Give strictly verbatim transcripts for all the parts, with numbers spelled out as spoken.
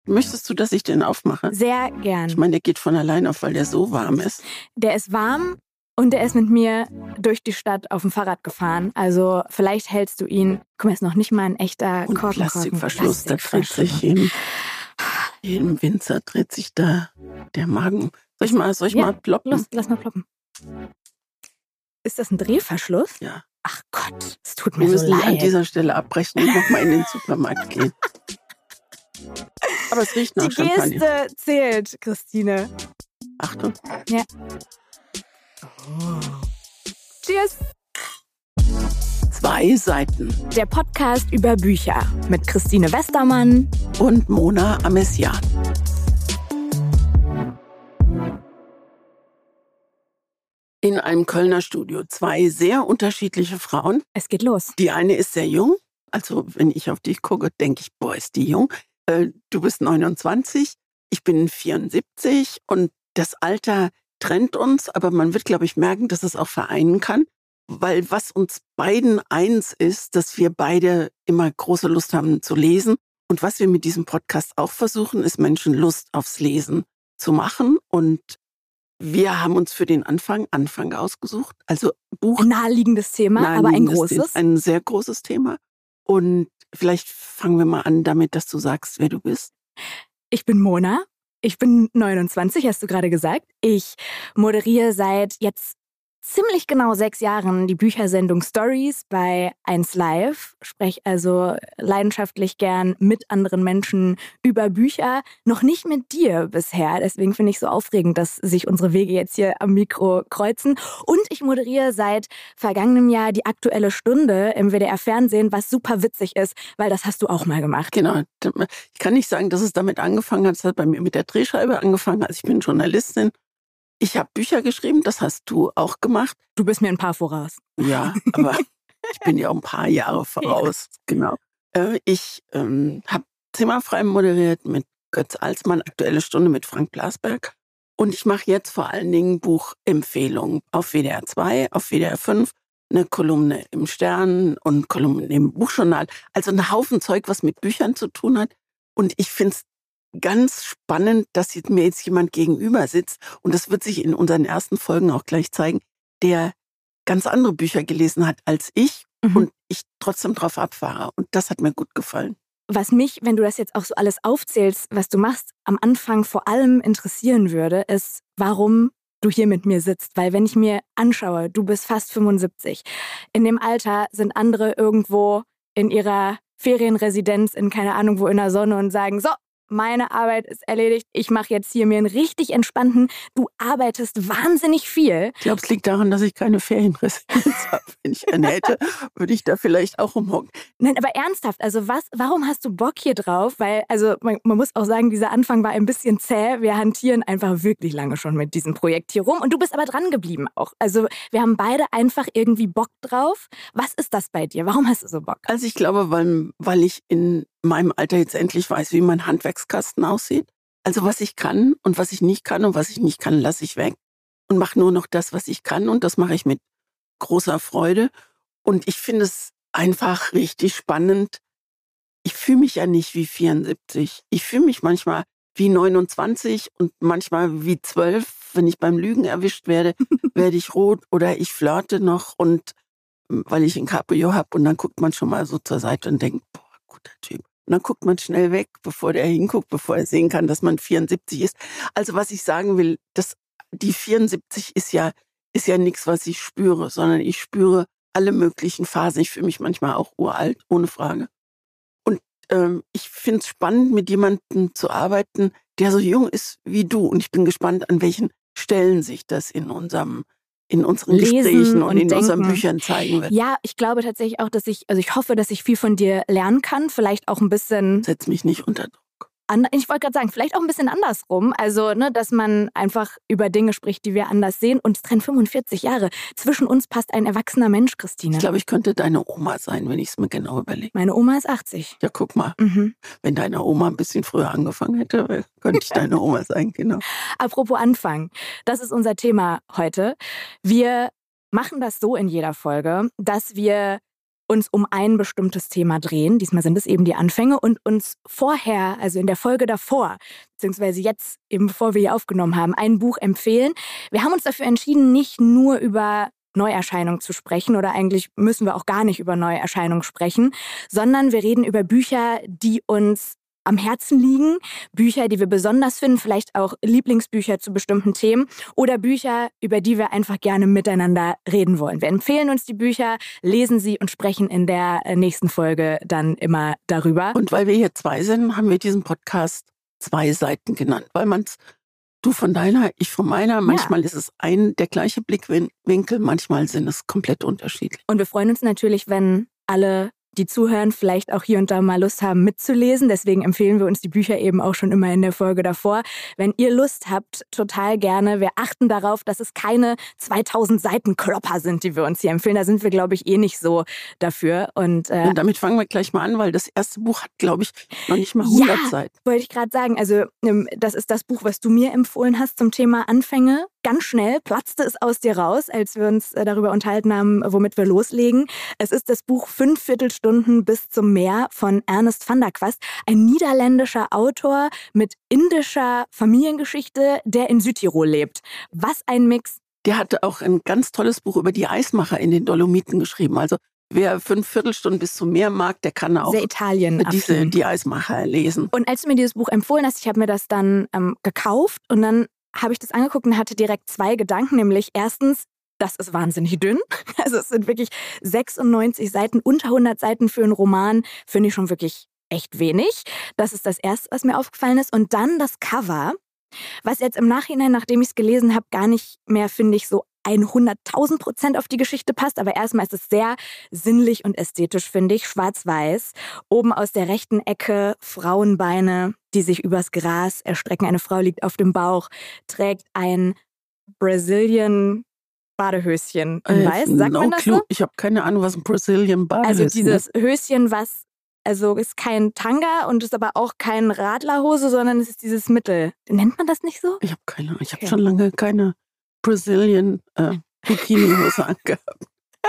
Möchtest du, dass ich den aufmache? Sehr gern. Ich meine, der geht von allein auf, weil der so warm ist. Der ist warm und der ist mit mir durch die Stadt auf dem Fahrrad gefahren. Also vielleicht hältst du ihn. Guck mal, ist noch nicht mal ein echter Und Korken. Plastikverschluss, da dreht sich jedem, jedem Winzer dreht sich da der Magen. Soll ich mal, soll ich Ja, mal ploppen? Los, lass mal ploppen. Ist das ein Drehverschluss? Ja. Ach Gott, es tut Wir mir so müssen an leid. dieser Stelle abbrechen und nochmal in den Supermarkt gehen. Aber es riecht nach Die Champagner. Geste zählt, Christine. Achtung. Ja. Oh. Cheers. Zwei Seiten. Der Podcast über Bücher mit Christine Westermann Und Mona Amessian. In einem Kölner Studio zwei sehr unterschiedliche Frauen. Es geht los. Die eine ist sehr jung. Also wenn ich auf dich gucke, denke ich, boah, ist die jung. Äh, du bist neunundzwanzig, ich bin vierundsiebzig und das Alter trennt uns. Aber man wird, glaube ich, merken, dass es auch vereinen kann. Weil was uns beiden eins ist, dass wir beide immer große Lust haben zu lesen. Und was wir mit diesem Podcast auch versuchen, ist Menschen Lust aufs Lesen zu machen. Und wir haben uns für den Anfang Anfang ausgesucht. Also Buch. Ein naheliegendes Thema, aber ein großes. Ein sehr großes Thema. Und vielleicht fangen wir mal an damit, dass du sagst, wer du bist. Ich bin Mona. Ich bin neunundzwanzig, hast du gerade gesagt. Ich moderiere seit jetzt ziemlich genau sechs Jahren die Büchersendung Stories bei eins Live. Spreche also leidenschaftlich gern mit anderen Menschen über Bücher. Noch nicht mit dir bisher. Deswegen finde ich es so aufregend, dass sich unsere Wege jetzt hier am Mikro kreuzen. Und ich moderiere seit vergangenem Jahr die Aktuelle Stunde im W D R-Fernsehen, was super witzig ist, weil das hast du auch mal gemacht. Genau. Ich kann nicht sagen, dass es damit angefangen hat. Es hat bei mir mit der Drehscheibe angefangen. Also ich bin Journalistin. Ich habe Bücher geschrieben, das hast du auch gemacht. Du bist mir ein paar voraus. Ja, aber ich bin ja auch ein paar Jahre voraus. Ja. Genau. Äh, ich ähm, habe Zimmerfrei moderiert mit Götz Alsmann, Aktuelle Stunde mit Frank Blasberg. Und ich mache jetzt vor allen Dingen Buchempfehlungen auf W D R zwei, auf W D R fünf, eine Kolumne im Stern und Kolumnen im Buchjournal. Also ein Haufen Zeug, was mit Büchern zu tun hat. Und ich finde es ganz spannend, dass mir jetzt jemand gegenüber sitzt, und das wird sich in unseren ersten Folgen auch gleich zeigen, der ganz andere Bücher gelesen hat als ich mhm. und ich trotzdem drauf abfahre. Und das hat mir gut gefallen. Was mich, wenn du das jetzt auch so alles aufzählst, was du machst, am Anfang vor allem interessieren würde, ist, warum du hier mit mir sitzt. Weil wenn ich mir anschaue, du bist fast fünfundsiebzig. In dem Alter sind andere irgendwo in ihrer Ferienresidenz in keine Ahnung wo in der Sonne und sagen, so, meine Arbeit ist erledigt, ich mache jetzt hier mir einen richtig entspannten, du arbeitest wahnsinnig viel. Ich glaube, es liegt daran, dass ich keine Ferienresidenz habe. Wenn ich eine hätte, würde ich da vielleicht auch rumhocken. Nein, aber ernsthaft, also was, warum hast du Bock hier drauf? Weil, also man, man muss auch sagen, dieser Anfang war ein bisschen zäh. Wir hantieren einfach wirklich lange schon mit diesem Projekt hier rum und du bist aber dran geblieben auch. Also wir haben beide einfach irgendwie Bock drauf. Was ist das bei dir? Warum hast du so Bock? Also ich glaube, weil, weil ich in meinem Alter jetzt endlich weiß, wie mein Handwerkskasten aussieht. Also was ich kann und was ich nicht kann und was ich nicht kann, lasse ich weg und mache nur noch das, was ich kann, und das mache ich mit großer Freude. Und ich finde es einfach richtig spannend. Ich fühle mich ja nicht wie vierundsiebzig. Ich fühle mich manchmal wie neunundzwanzig und manchmal wie zwölf. Wenn ich beim Lügen erwischt werde, werde ich rot oder ich flirte noch, und weil ich ein Cabrio habe, und dann guckt man schon mal so zur Seite und denkt, boah, guter Typ. Und dann guckt man schnell weg, bevor der hinguckt, bevor er sehen kann, dass man vierundsiebzig ist. Also was ich sagen will, dass die vierundsiebzig ist ja, ist ja nichts, was ich spüre, sondern ich spüre alle möglichen Phasen. Ich fühle mich manchmal auch uralt, ohne Frage. Und ähm, ich finde es spannend, mit jemandem zu arbeiten, der so jung ist wie du. Und ich bin gespannt, an welchen Stellen sich das in unserem in unseren Lesen Gesprächen und, und in denken. unseren Büchern zeigen wird. Ja, ich glaube tatsächlich auch, dass ich, also ich hoffe, dass ich viel von dir lernen kann. Vielleicht auch ein bisschen... Setz mich nicht unter Druck. An, ich wollte gerade sagen, vielleicht auch ein bisschen andersrum. Also, ne, dass man einfach über Dinge spricht, die wir anders sehen. Und es trennen fünfundvierzig Jahre. Zwischen uns passt ein erwachsener Mensch, Christine. Ich glaube, ich könnte deine Oma sein, wenn ich es mir genau überlege. Meine Oma ist achtzig. Ja, guck mal. Mhm. Wenn deine Oma ein bisschen früher angefangen hätte, könnte ich deine Oma sein, genau. Apropos Anfang. Das ist unser Thema heute. Wir machen das so in jeder Folge, dass wir uns um ein bestimmtes Thema drehen. Diesmal sind es eben die Anfänge und uns vorher, also in der Folge davor, beziehungsweise jetzt eben bevor wir hier aufgenommen haben, ein Buch empfehlen. Wir haben uns dafür entschieden, nicht nur über Neuerscheinungen zu sprechen oder eigentlich müssen wir auch gar nicht über Neuerscheinungen sprechen, sondern wir reden über Bücher, die uns am Herzen liegen, Bücher, die wir besonders finden, vielleicht auch Lieblingsbücher zu bestimmten Themen oder Bücher, über die wir einfach gerne miteinander reden wollen. Wir empfehlen uns die Bücher, lesen sie und sprechen in der nächsten Folge dann immer darüber. Und weil wir hier zwei sind, haben wir diesen Podcast zwei Seiten genannt, weil man es Du von deiner, ich von meiner. Manchmal ja. ist es ein der gleiche Blickwinkel, manchmal sind es komplett unterschiedlich. Und wir freuen uns natürlich, wenn alle, die zuhören, vielleicht auch hier und da mal Lust haben mitzulesen. Deswegen empfehlen wir uns die Bücher eben auch schon immer in der Folge davor. Wenn ihr Lust habt, total gerne. Wir achten darauf, dass es keine zweitausend Seiten Klopper sind, die wir uns hier empfehlen. Da sind wir, glaube ich, eh nicht so dafür. Und, äh, und damit fangen wir gleich mal an, weil das erste Buch hat, glaube ich, noch nicht mal hundert ja, Seiten. Wollte ich gerade sagen. Also das ist das Buch, was du mir empfohlen hast zum Thema Anfänge. Ganz schnell platzte es aus dir raus, als wir uns darüber unterhalten haben, womit wir loslegen. Es ist das Buch Fünf Viertelstunden bis zum Meer von Ernest van der Kwast, ein niederländischer Autor mit indischer Familiengeschichte, der in Südtirol lebt. Was ein Mix. Der hatte auch ein ganz tolles Buch über die Eismacher in den Dolomiten geschrieben. Also wer fünf Viertelstunden bis zum Meer mag, der kann auch Sehr Italien diese, die Eismacher lesen. Und als du mir dieses Buch empfohlen hast, ich habe mir das dann ähm, gekauft und dann habe ich das angeguckt und hatte direkt zwei Gedanken, nämlich erstens, das ist wahnsinnig dünn. Also es sind wirklich sechsundneunzig Seiten, unter hundert Seiten für einen Roman, finde ich schon wirklich echt wenig. Das ist das Erste, was mir aufgefallen ist. Und dann das Cover, was jetzt im Nachhinein, nachdem ich es gelesen habe, gar nicht mehr, finde ich, so hunderttausend Prozent auf die Geschichte passt. Aber erstmal ist es sehr sinnlich und ästhetisch, finde ich. Schwarz-weiß. Oben aus der rechten Ecke Frauenbeine, die sich übers Gras erstrecken. Eine Frau liegt auf dem Bauch, trägt ein Brazilian Badehöschen in Weiß. Sagt no man das clue. so? Ich habe keine Ahnung, was ein Brazilian Badehöschen ist. Also dieses Höschen, was also ist kein Tanga und ist aber auch kein Radlerhose, sondern es ist dieses Mittel. Nennt man das nicht so? Ich habe keine Ahnung. Ich habe okay. schon lange keine Brazilian äh, Bikini-Hose angehabt.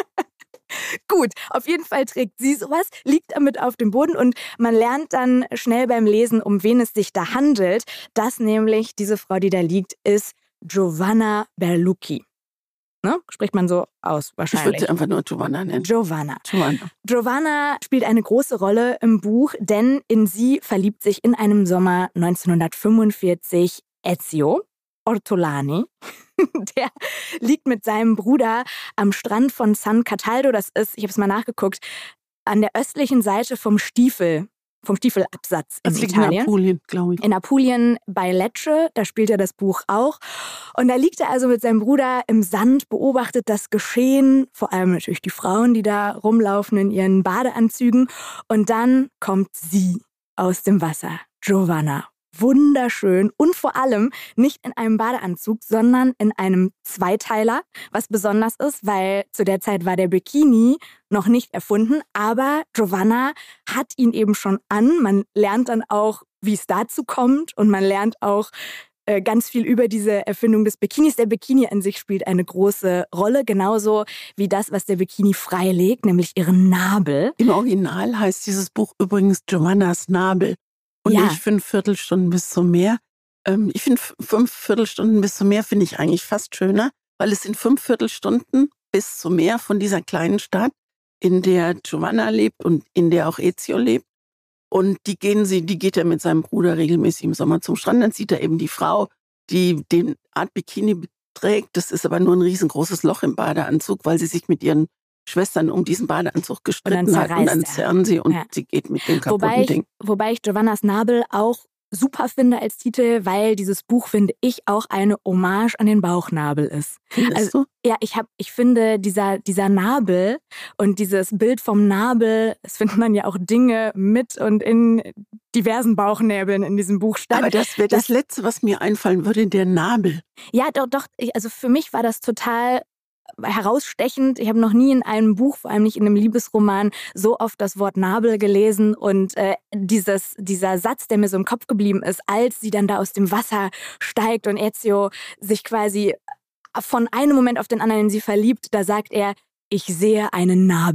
Gut, auf jeden Fall trägt sie sowas, liegt damit auf dem Boden und man lernt dann schnell beim Lesen, um wen es sich da handelt, dass nämlich diese Frau, die da liegt, ist Giovanna Berlucchi. Ne? Spricht man so aus wahrscheinlich. Ich würde sie einfach nur Giovanna nennen. Giovanna. Giovanna. Giovanna spielt eine große Rolle im Buch, denn in sie verliebt sich in einem Sommer neunzehnhundertfünfundvierzig Ezio Ortolani. Der liegt mit seinem Bruder am Strand von San Cataldo. Das ist, ich habe es mal nachgeguckt, an der östlichen Seite vom Stiefel. Vom Stiefelabsatz in das liegt Italien. In Apulien, glaube ich. In Apulien bei Lecce, da spielt er das Buch auch. Und da liegt er also mit seinem Bruder im Sand, beobachtet das Geschehen, vor allem natürlich die Frauen, die da rumlaufen in ihren Badeanzügen. Und dann kommt sie aus dem Wasser, Giovanna. Wunderschön und vor allem nicht in einem Badeanzug, sondern in einem Zweiteiler, was besonders ist, weil zu der Zeit war der Bikini noch nicht erfunden, aber Giovanna hat ihn eben schon an. Man lernt dann auch, wie es dazu kommt und man lernt auch äh, ganz viel über diese Erfindung des Bikinis. Der Bikini an sich spielt eine große Rolle, genauso wie das, was der Bikini freilegt, nämlich ihren Nabel. Im Original heißt dieses Buch übrigens Giovannas Nabel. Und ja. nicht fünf Viertelstunden bis zum Meer. Ähm, ich finde fünf Viertelstunden bis zum Meer finde ich eigentlich fast schöner, weil es sind fünf Viertelstunden bis zum Meer von dieser kleinen Stadt, in der Giovanna lebt und in der auch Ezio lebt. Und die gehen sie, die geht er mit seinem Bruder regelmäßig im Sommer zum Strand. Dann sieht er eben die Frau, die den Art Bikini trägt. Das ist aber nur ein riesengroßes Loch im Badeanzug, weil sie sich mit ihren Schwestern um diesen Badeanzug gestritten hat und dann zerren sie und ja. sie geht mit dem kaputten wobei ich, Ding. Wobei ich Giovannas Nabel auch super finde als Titel, weil dieses Buch, finde ich, auch eine Hommage an den Bauchnabel ist. Findest also, du? Ja, ich, hab, ich finde, dieser, dieser Nabel und dieses Bild vom Nabel, es findet man ja auch Dinge mit und in diversen Bauchnäbeln in diesem Buch statt. Aber das wäre das, das Letzte, was mir einfallen würde, der Nabel. Ja, doch, doch. Ich, also für mich war das total herausstechend. Ich habe noch nie in einem Buch, vor allem nicht in einem Liebesroman, so oft das Wort Nabel gelesen und äh, dieses, dieser Satz, der mir so im Kopf geblieben ist, als sie dann da aus dem Wasser steigt und Ezio sich quasi von einem Moment auf den anderen in sie verliebt, da sagt er, ich sehe einen Nabel.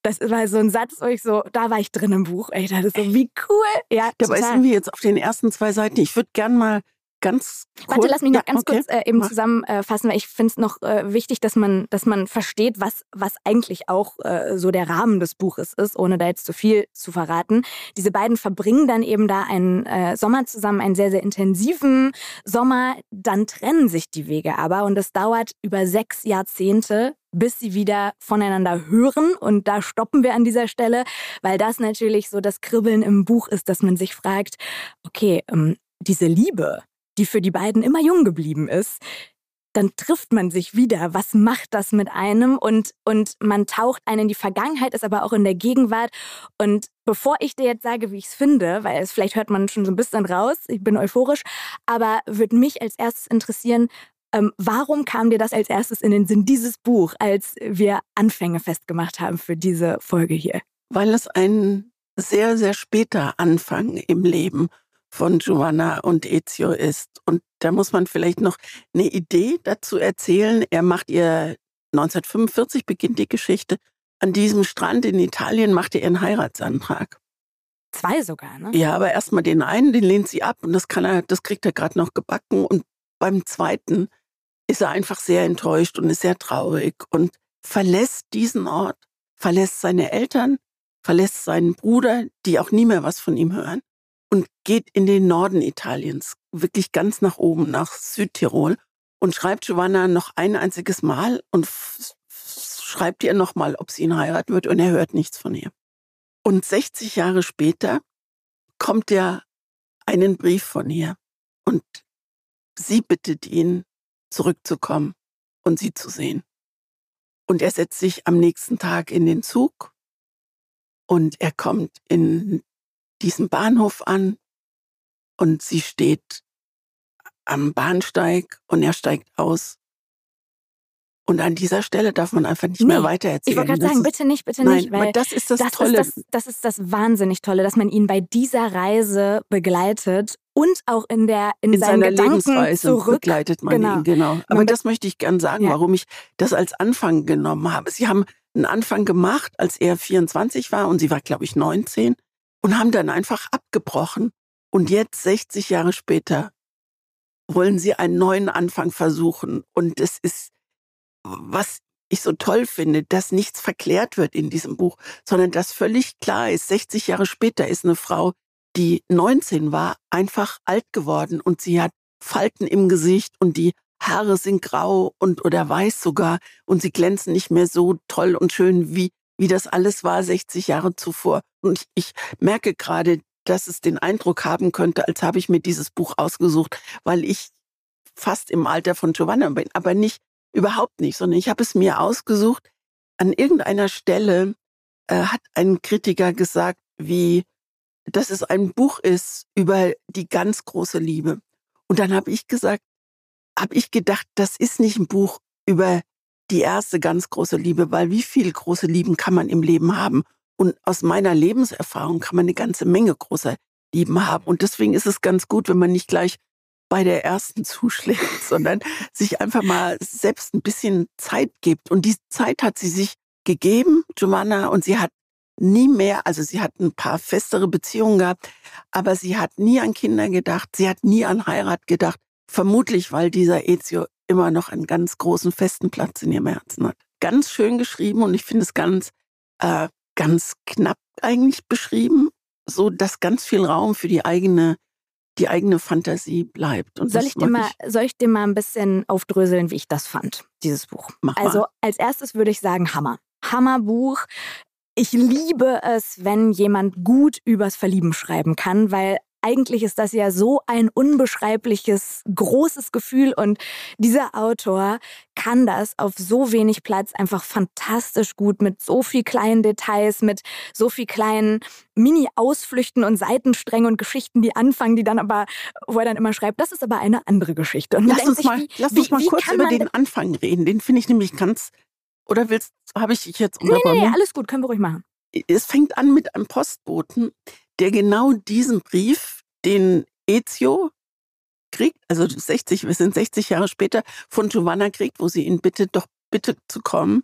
Das war so ein Satz, wo ich so, da war ich drin im Buch. Ich dachte so, wie cool. Ja, Dabei total. sind wir jetzt auf den ersten zwei Seiten. Ich würde gern mal ganz kurz... Warte, lass mich noch ja, ganz okay. kurz äh, eben Mach. zusammenfassen, weil ich finde es noch äh, wichtig, dass man, dass man versteht, was, was eigentlich auch äh, so der Rahmen des Buches ist, ohne da jetzt zu viel zu verraten. Diese beiden verbringen dann eben da einen äh, Sommer zusammen, einen sehr, sehr intensiven Sommer. Dann trennen sich die Wege aber und es dauert über sechs Jahrzehnte, bis sie wieder voneinander hören. Und da stoppen wir an dieser Stelle, weil das natürlich so das Kribbeln im Buch ist, dass man sich fragt, okay, ähm, diese Liebe, die für die beiden immer jung geblieben ist, dann trifft man sich wieder. Was macht das mit einem? Und, und man taucht einen in die Vergangenheit, ist aber auch in der Gegenwart. Und bevor ich dir jetzt sage, wie ich es finde, weil es vielleicht hört man schon so ein bisschen raus, ich bin euphorisch, aber würde mich als erstes interessieren, ähm, warum kam dir das als erstes in den Sinn, dieses Buch, als wir Anfänge festgemacht haben für diese Folge hier? Weil es ein sehr, sehr später Anfang im Leben von Giovanna und Ezio ist. Und da muss man vielleicht noch eine Idee dazu erzählen. Er macht ihr, neunzehnhundertfünfundvierzig beginnt die Geschichte, an diesem Strand in Italien macht er ihren Heiratsantrag. Zwei sogar, ne? Ja, aber erstmal den einen, den lehnt sie ab und das kann er, das kriegt er gerade noch gebacken. Und beim zweiten ist er einfach sehr enttäuscht und ist sehr traurig und verlässt diesen Ort, verlässt seine Eltern, verlässt seinen Bruder, die auch nie mehr was von ihm hören, und geht in den Norden Italiens, wirklich ganz nach oben, nach Südtirol, und schreibt Giovanna noch ein einziges Mal und f- f- schreibt ihr nochmal, ob sie ihn heiraten wird, und er hört nichts von ihr. Und sechzig Jahre später kommt ja einen Brief von ihr und sie bittet ihn, zurückzukommen und sie zu sehen. Und er setzt sich am nächsten Tag in den Zug und er kommt in diesem Bahnhof an und sie steht am Bahnsteig und er steigt aus. Und an dieser Stelle darf man einfach nicht mehr Nee, weitererzählen. ich wollte gerade Das sagen, ist- bitte nicht, bitte Nein, nicht, aber weil das ist das, das Tolle. ist das, das ist das wahnsinnig Tolle, dass man ihn bei dieser Reise begleitet und auch in der in, in seinen seiner Gedanken Lebensweise zurück. begleitet man Genau. ihn, genau. Aber Man be- das möchte ich gern sagen, Ja. warum ich das als Anfang genommen habe. Sie haben einen Anfang gemacht, als er vierundzwanzig war und sie war, glaube ich, neunzehn, und haben dann einfach abgebrochen. Und jetzt, sechzig Jahre später, wollen sie einen neuen Anfang versuchen. Und es ist, was ich so toll finde, dass nichts verklärt wird in diesem Buch, sondern dass völlig klar ist, sechzig Jahre später ist eine Frau, die neunzehn war, einfach alt geworden und sie hat Falten im Gesicht und die Haare sind grau und oder weiß sogar und sie glänzen nicht mehr so toll und schön, wie, wie das alles war sechzig Jahre zuvor. Und ich, ich merke gerade, dass es den Eindruck haben könnte, als habe ich mir dieses Buch ausgesucht, weil ich fast im Alter von Giovanna bin, aber nicht, überhaupt nicht, sondern ich habe es mir ausgesucht. An irgendeiner Stelle äh, hat ein Kritiker gesagt, wie, dass es ein Buch ist über die ganz große Liebe. Und dann habe ich gesagt, habe ich gedacht, das ist nicht ein Buch über die erste ganz große Liebe, weil wie viel große Lieben kann man im Leben haben? Und aus meiner Lebenserfahrung kann man eine ganze Menge großer Lieben haben. Und deswegen ist es ganz gut, wenn man nicht gleich bei der ersten zuschlägt, sondern sich einfach mal selbst ein bisschen Zeit gibt. Und diese Zeit hat sie sich gegeben, Giovanna, und sie hat nie mehr, also sie hat ein paar festere Beziehungen gehabt, aber sie hat nie an Kinder gedacht, sie hat nie an Heirat gedacht, vermutlich, weil dieser Ezio immer noch einen ganz großen, festen Platz in ihrem Herzen hat. Ganz schön geschrieben und ich finde es ganz, äh, ganz knapp eigentlich beschrieben, so dass ganz viel Raum für die eigene die eigene Fantasie bleibt. Und Soll das ich, dir mag mal, soll ich dir mal ein bisschen aufdröseln, wie ich das fand, dieses Buch? Mach mal. Also als erstes würde ich sagen, Hammer. Hammerbuch. Ich liebe es, wenn jemand gut übers Verlieben schreiben kann, weil eigentlich ist das ja so ein unbeschreibliches, großes Gefühl und dieser Autor kann das auf so wenig Platz einfach fantastisch gut mit so viel kleinen Details, mit so viel kleinen Mini-Ausflüchten und Seitensträngen und Geschichten, die anfangen, die dann aber, wo er dann immer schreibt, das ist aber eine andere Geschichte. Und man Lass denkt uns sich, mal, wie, lass wie, uns mal wie kurz kann über man den Anfang reden. Den finde ich nämlich ganz, oder willst, habe ich dich jetzt Nee, nee, unterbrochen? nee, alles gut, können wir ruhig machen. Es fängt an mit einem Postboten, der genau diesen Brief, den Ezio kriegt, also sechzig, wir sind sechzig Jahre später, von Giovanna kriegt, wo sie ihn bittet, doch bitte zu kommen.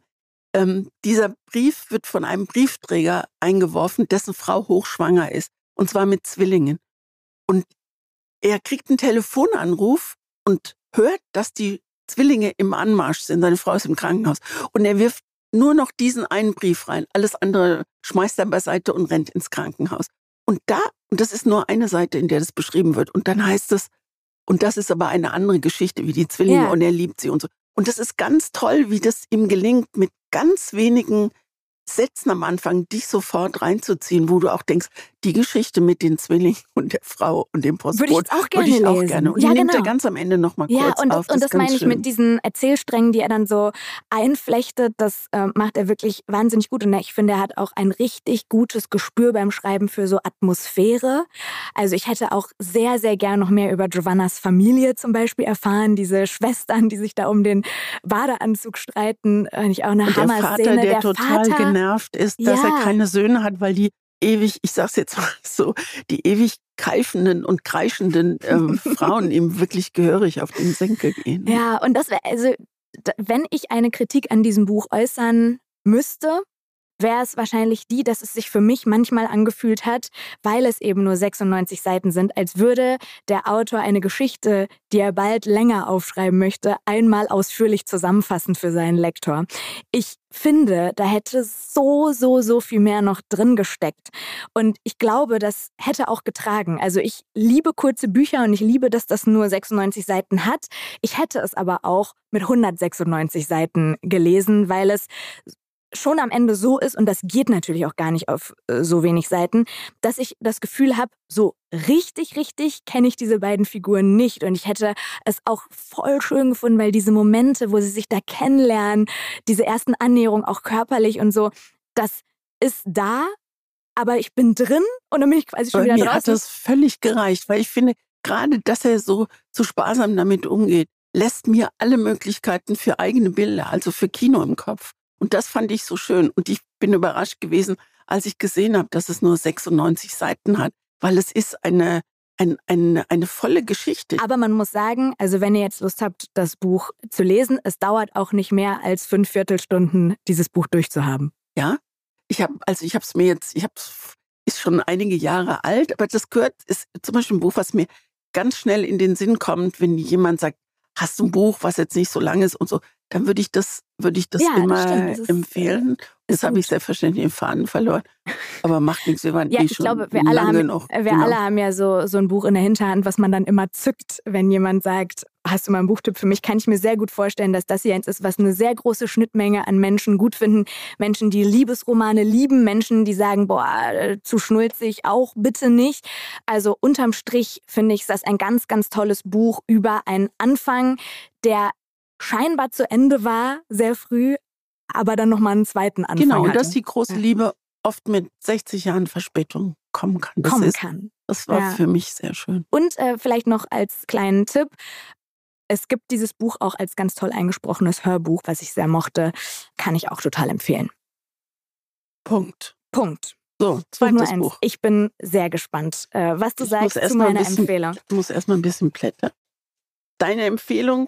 ähm, dieser Brief wird von einem Briefträger eingeworfen, dessen Frau hochschwanger ist. Und zwar mit Zwillingen. Und er kriegt einen Telefonanruf und hört, dass die Zwillinge im Anmarsch sind. Seine Frau ist im Krankenhaus. Und er wirft nur noch diesen einen Brief rein. Alles andere schmeißt er beiseite und rennt ins Krankenhaus. Und da, und das ist nur eine Seite, in der das beschrieben wird. Und dann heißt es, und das ist aber eine andere Geschichte wie die Zwillinge, Ja. und er liebt sie und so. Und das ist ganz toll, wie das ihm gelingt, mit ganz wenigen Sätzen am Anfang dich sofort reinzuziehen, wo du auch denkst, die Geschichte mit den Zwillingen und der Frau und dem Postboten Würde ich jetzt auch gerne würde ich auch lesen. gerne. Und Ja, die nimmt genau. er ganz am Ende nochmal Ja, kurz und das, auf. und ist das ganz meine ich schön. mit diesen Erzählsträngen, die er dann so einflechtet. Das äh, macht er wirklich wahnsinnig gut. Und ich finde, er hat auch ein richtig gutes Gespür beim Schreiben für so Atmosphäre. Also ich hätte auch sehr, sehr gern noch mehr über Giovannas Familie zum Beispiel erfahren. Diese Schwestern, die sich da um den Badeanzug streiten. Finde ich auch eine Und der Vater, Hammer-Szene. der total Vater, genervt ist, dass Ja. er keine Söhne hat, weil die ewig, ich sag's jetzt mal so, die ewig keifenden und kreischenden ähm, Frauen ihm wirklich gehörig auf den Senkel gehen. Ja, und das wäre, also, d- wenn ich eine Kritik an diesem Buch äußern müsste, wäre es wahrscheinlich die, dass es sich für mich manchmal angefühlt hat, weil es eben nur sechsundneunzig Seiten sind, als würde der Autor eine Geschichte, die er bald länger aufschreiben möchte, einmal ausführlich zusammenfassen für seinen Lektor. Ich finde, da hätte so, so, so viel mehr noch drin gesteckt. Und ich glaube, das hätte auch getragen. Also ich liebe kurze Bücher und ich liebe, dass das nur sechsundneunzig Seiten hat. Ich hätte es aber auch mit hundertsechsundneunzig Seiten gelesen, weil es schon am Ende so ist, und das geht natürlich auch gar nicht auf äh, so wenig Seiten, dass ich das Gefühl habe, so richtig, richtig kenne ich diese beiden Figuren nicht. Und ich hätte es auch voll schön gefunden, weil diese Momente, wo sie sich da kennenlernen, diese ersten Annäherungen auch körperlich und so, das ist da, aber ich bin drin und dann bin ich quasi schon Bei wieder mir hat draußen. das völlig gereicht, weil ich finde, gerade, dass er so, so sparsam damit umgeht, lässt mir alle Möglichkeiten für eigene Bilder, also für Kino im Kopf. Und das fand ich so schön. Und ich bin überrascht gewesen, als ich gesehen habe, dass es nur sechsundneunzig Seiten hat, weil es ist eine, ein, eine, eine volle Geschichte. Aber man muss sagen, also wenn ihr jetzt Lust habt, das Buch zu lesen, es dauert auch nicht mehr als fünf Viertelstunden, dieses Buch durchzuhaben. Ja, ich habe, also ich habe es mir jetzt, ich habe es, ist schon einige Jahre alt, aber das gehört, ist zum Beispiel ein Buch, was mir ganz schnell in den Sinn kommt, wenn jemand sagt, hast du ein Buch, was jetzt nicht so lang ist und so, dann würde ich das, würde ich das Ja, das immer stimmt, das ist, empfehlen. ist Jetzt habe ich gut. selbstverständlich den Faden verloren, aber macht nichts, wir waren Ja, eh ich schon glaube, wir alle lange haben, noch. wir Genau. alle haben ja so, so ein Buch in der Hinterhand, was man dann immer zückt, wenn jemand sagt, hast du mal einen Buchtipp für mich? Kann ich mir sehr gut vorstellen, dass das hier eins ist, was eine sehr große Schnittmenge an Menschen gut finden. Menschen, die Liebesromane lieben, Menschen, die sagen, boah, äh, zu schnulzig, auch bitte nicht. Also unterm Strich finde ich, ist das ein ganz, ganz tolles Buch über einen Anfang, der scheinbar zu Ende war, sehr früh, aber dann nochmal einen zweiten Anfang Genau, und hatte. dass die große Ja. Liebe oft mit sechzig Jahren Verspätung kommen kann. Das, kommen ist, kann. das war Ja. für mich sehr schön. Und äh, vielleicht noch als kleinen Tipp, es gibt dieses Buch auch als ganz toll eingesprochenes Hörbuch, was ich sehr mochte, kann ich auch total empfehlen. Punkt. Punkt. So, Buch Nummer zweites eins. Buch. Ich bin sehr gespannt, äh, was du Ich muss sagst erst zu mal ein meiner bisschen- Empfehlung. Ich muss erstmal ein bisschen blättern. Deine Empfehlung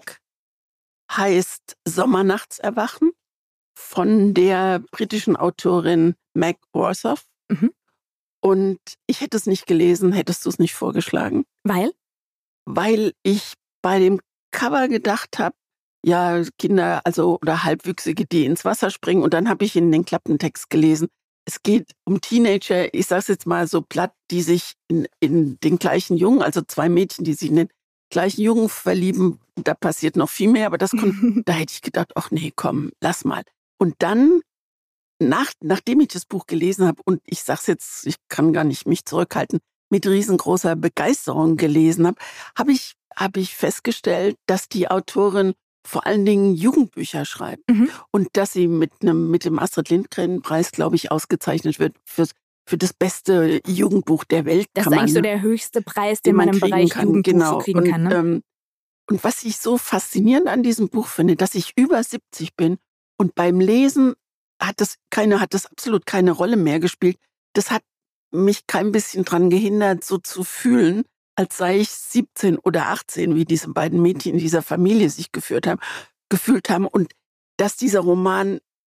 heißt Sommernachtserwachen von der britischen Autorin Meg Worthoff. Mhm. Und ich hätte es nicht gelesen, hättest du es nicht vorgeschlagen, Weil? weil ich bei dem Cover gedacht habe, ja, Kinder, also oder Halbwüchsige, die ins Wasser springen. Und dann habe ich in den Klappentext gelesen, es geht um Teenager, ich sage es jetzt mal so platt, die sich in, in den gleichen Jungen, also zwei Mädchen, die sich in den gleichen Jungen verlieben. Da passiert noch viel mehr, aber das kon- da hätte ich gedacht, ach nee, komm, lass mal. Und dann, nach, nachdem ich das Buch gelesen habe, und ich sage es jetzt, ich kann gar nicht mich zurückhalten, mit riesengroßer Begeisterung gelesen habe, habe ich, hab ich festgestellt, dass die Autorin vor allen Dingen Jugendbücher schreibt. Mhm. Und dass sie mit, einem, mit dem Astrid Lindgren-Preis, glaube ich, ausgezeichnet wird fürs, für das beste Jugendbuch der Welt. Das kann ist man, eigentlich so ne? der höchste Preis, den, den man man im kriegen Bereich kann. Jugendbuch Genau. so kriegen und, kann. Ne? Ähm, und was ich so faszinierend an diesem Buch finde, dass ich über siebzig bin und beim Lesen hat das keine, hat das absolut keine Rolle mehr gespielt. Das hat mich kein bisschen dran gehindert, so zu fühlen, als sei ich siebzehn oder achtzehn, wie diese beiden Mädchen in dieser Familie sich geführt haben, gefühlt haben. Und dass dieser Roman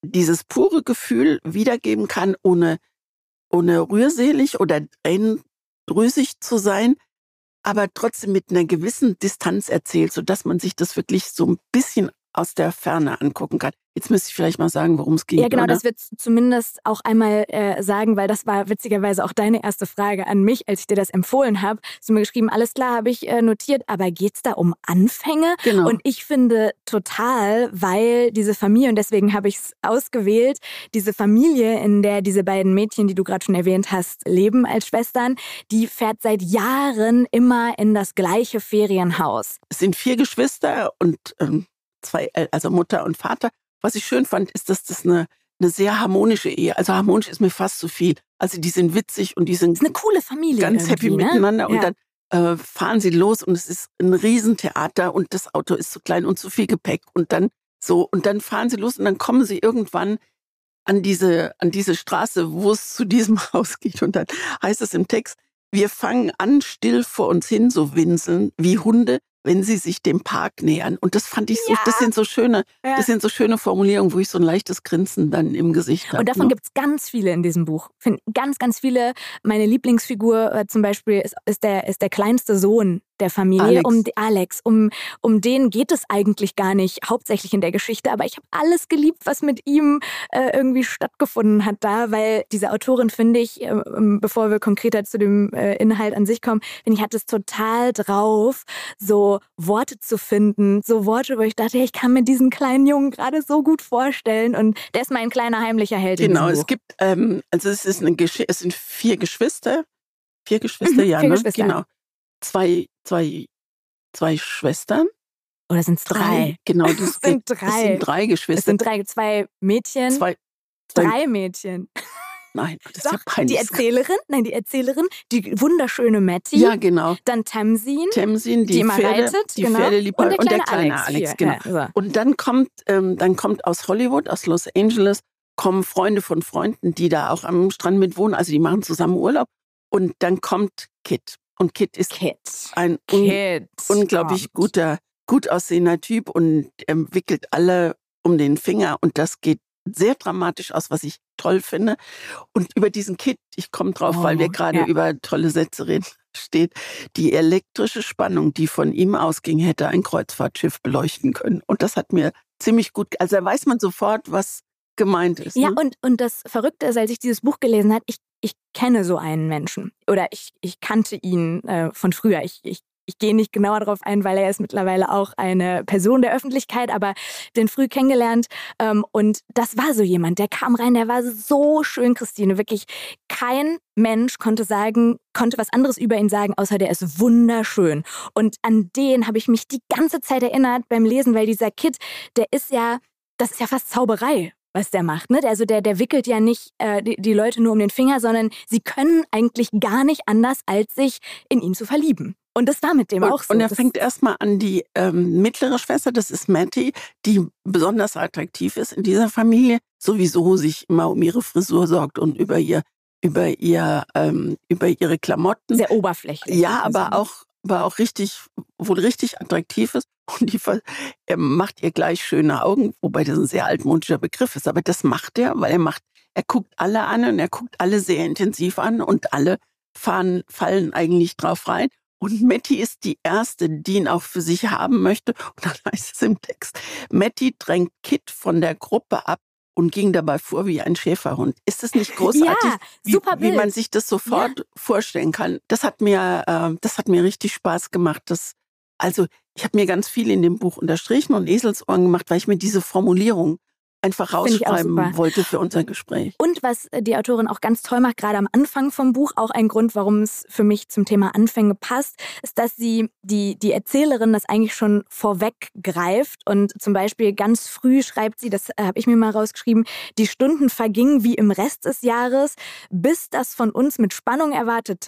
dieses pure Gefühl wiedergeben kann, ohne, ohne rührselig oder tränendrüsig zu sein, aber trotzdem mit einer gewissen Distanz erzählt, sodass man sich das wirklich so ein bisschen aus der Ferne angucken kann. Jetzt müsste ich vielleicht mal sagen, worum es geht. Ja, genau, oder? das wird zumindest auch einmal äh, sagen, weil das war witzigerweise auch deine erste Frage an mich, als ich dir das empfohlen habe. Hast du mir geschrieben, alles klar, habe ich äh, notiert, aber geht's da um Anfänge? Genau. Und ich finde total, weil diese Familie, und deswegen habe ich es ausgewählt, diese Familie, in der diese beiden Mädchen, die du gerade schon erwähnt hast, leben als Schwestern, die fährt seit Jahren immer in das gleiche Ferienhaus. Es sind vier Geschwister und ähm, zwei, also Mutter und Vater. Was ich schön fand, ist, dass das eine, eine sehr harmonische Ehe, also harmonisch ist mir fast zu viel. Also die sind witzig und die sind Das ist eine coole Familie ganz happy ne? miteinander. Und ja. dann äh, fahren sie los und es ist ein Riesentheater und das Auto ist zu klein und zu viel Gepäck. Und dann so, und dann fahren sie los und dann kommen sie irgendwann an diese, an diese Straße, wo es zu diesem Haus geht. Und dann heißt es im Text, wir fangen an, still vor uns hin, so winseln, wie Hunde, wenn sie sich dem Park nähern. Und das fand ich so, Ja. das sind so schöne, Ja. das sind so schöne Formulierungen, wo ich so ein leichtes Grinsen dann im Gesicht habe. Und davon ne? gibt es ganz viele in diesem Buch. Find ganz, ganz viele. Meine Lieblingsfigur äh, zum Beispiel ist, ist, der, ist der kleinste Sohn der Familie, Alex. um die- Alex. Um, um den geht es eigentlich gar nicht hauptsächlich in der Geschichte, aber ich habe alles geliebt, was mit ihm äh, irgendwie stattgefunden hat da, weil diese Autorin, finde ich, äh, bevor wir konkreter zu dem äh, Inhalt an sich kommen, finde ich, hat es total drauf, so Worte zu finden, so Worte, wo ich dachte, hey, ich kann mir diesen kleinen Jungen gerade so gut vorstellen und der ist mein kleiner heimlicher Held in Genau, diesem es Buch. gibt, ähm, also es ist eine Gesch es sind vier Geschwister, vier Geschwister, Mhm, ja, vier ne? Geschwister. Genau. Zwei, zwei, zwei Schwestern. Oder sind es drei? Genau, das Es sind geht- drei. Es sind drei Es Geschwister. sind drei, zwei Mädchen, zwei, zwei, drei Mädchen. nein, das ist Doch, ja peinlich. die Erzählerin, nein, die Erzählerin, die wunderschöne Matty, Ja, genau. dann Tamsin, Tamsin, die, die immer Pferde, reitet, die genau. Pferdeliebhaber und der kleine, Alex, Alex. genau. Hier, ja, so. Und dann kommt, ähm, dann kommt aus Hollywood, aus Los Angeles, kommen Freunde von Freunden, die da auch am Strand mit wohnen, also die machen zusammen Urlaub. Und dann kommt Kit. Und Kit ist Kid. ein un Kid. unglaublich kommt. guter, gut aussehender Typ und ähm, wickelt alle um den Finger. Und das geht sehr dramatisch aus, was ich toll finde. Und über diesen Kit, ich komme drauf, Oh, weil wir gerade ja. über tolle Sätze reden, steht, die elektrische Spannung, die von ihm ausging, hätte ein Kreuzfahrtschiff beleuchten können. Und das hat mir ziemlich gut, also da weiß man sofort, was gemeint ist. Ja, ne? und, und das Verrückte ist, als ich dieses Buch gelesen habe, ich, ich kenne so einen Menschen. Oder ich, ich kannte ihn äh, von früher. Ich, ich, ich gehe nicht genauer darauf ein, weil er ist mittlerweile auch eine Person der Öffentlichkeit, aber den früh kennengelernt. Ähm, und das war so jemand, der kam rein, der war so schön, Christine. Wirklich kein Mensch konnte sagen, konnte was anderes über ihn sagen, außer der ist wunderschön. Und an den habe ich mich die ganze Zeit erinnert beim Lesen, weil dieser Kid, der ist ja, das ist ja fast Zauberei, was der macht. Ne? Also der, der wickelt ja nicht äh, die, die Leute nur um den Finger, sondern sie können eigentlich gar nicht anders, als sich in ihn zu verlieben. Und das war mit dem und, auch so. Und er Das- fängt erstmal an, die ähm, mittlere Schwester, das ist Matty, die besonders attraktiv ist in dieser Familie, sowieso sich immer um ihre Frisur sorgt und über ihr, über ihr, ähm, über ihre Klamotten. sehr oberflächlich. Ja, Also, aber auch, aber auch richtig, wohl richtig attraktiv ist. Und die, ver- er macht ihr gleich schöne Augen, wobei das ein sehr altmodischer Begriff ist. Aber das macht er, weil er macht, er guckt alle an und er guckt alle sehr intensiv an und alle fahren, fallen eigentlich drauf rein. Und Matty ist die Erste, die ihn auch für sich haben möchte. Und dann heißt es im Text, Matty drängt Kit von der Gruppe ab und ging dabei vor wie ein Schäferhund. Ist das nicht großartig, Ja, wie, super wie man Bild. sich das sofort vorstellen kann? Das hat mir, äh, das hat mir richtig Spaß gemacht. Das, also ich habe mir ganz viel in dem Buch unterstrichen und Eselsohren gemacht, weil ich mir diese Formulierung einfach Finde ich auch rausschreiben super. wollte für unser Gespräch. Und was die Autorin auch ganz toll macht, gerade am Anfang vom Buch, auch ein Grund, warum es für mich zum Thema Anfänge passt, ist, dass sie die, die Erzählerin das eigentlich schon vorweggreift. Und zum Beispiel ganz früh schreibt sie, das habe ich mir mal rausgeschrieben, die Stunden vergingen wie im Rest des Jahres, bis das von uns mit Spannung erwartete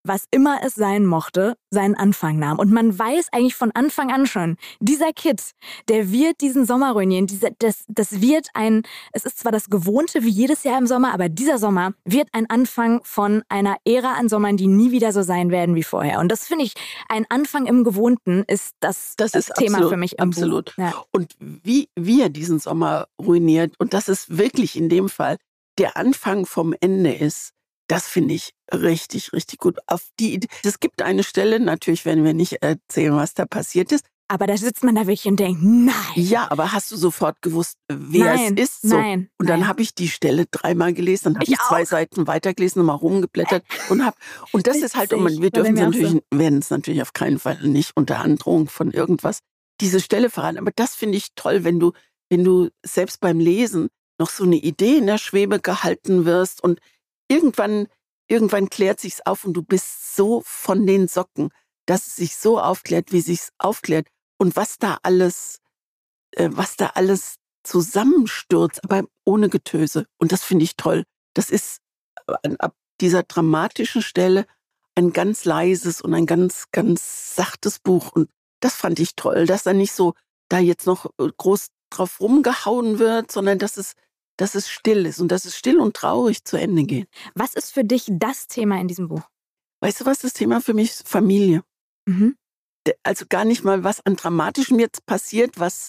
was immer es sein mochte, seinen Anfang nahm. Und man weiß eigentlich von Anfang an schon, dieser Kid, der wird diesen Sommer ruinieren. Diese, das, das wird ein, es ist zwar das Gewohnte wie jedes Jahr im Sommer, aber dieser Sommer wird ein Anfang von einer Ära an Sommern, die nie wieder so sein werden wie vorher. Und das finde ich, ein Anfang im Gewohnten ist das, Das das ist Thema absolut, für mich im absolut. Buch. Ja. Und wie, wie er diesen Sommer ruiniert, und das ist wirklich in dem Fall der Anfang vom Ende ist, das finde ich richtig, richtig gut. Auf die, es gibt eine Stelle, natürlich werden wir nicht erzählen, was da passiert ist. Aber da sitzt man da wirklich und denkt, nein. Ja, aber hast du sofort gewusst, wer nein, es ist? So. Nein. Und dann nein. habe ich die Stelle dreimal gelesen, dann habe ich, Ich zwei auch. Seiten weitergelesen, nochmal rumgeblättert und habe. Und das ist halt, und man, wir dürfen es natürlich, so. werden es natürlich auf keinen Fall nicht unter Androhung von irgendwas diese Stelle verraten. Aber das finde ich toll, wenn du, wenn du selbst beim Lesen noch so eine Idee in der Schwebe gehalten wirst und irgendwann, irgendwann klärt sich's auf und du bist so von den Socken, dass es sich so aufklärt, wie sich's aufklärt und was da alles, äh, was da alles zusammenstürzt, aber ohne Getöse. Und das finde ich toll. Das ist an, ab dieser dramatischen Stelle ein ganz leises und ein ganz, ganz sachtes Buch. Und das fand ich toll, dass da nicht so da jetzt noch groß drauf rumgehauen wird, sondern dass es dass es still ist und dass es still und traurig zu Ende geht. Was ist für dich das Thema in diesem Buch? Weißt du, was das Thema für mich ist? Familie. Mhm. Also gar nicht mal, was an Dramatischem jetzt passiert, was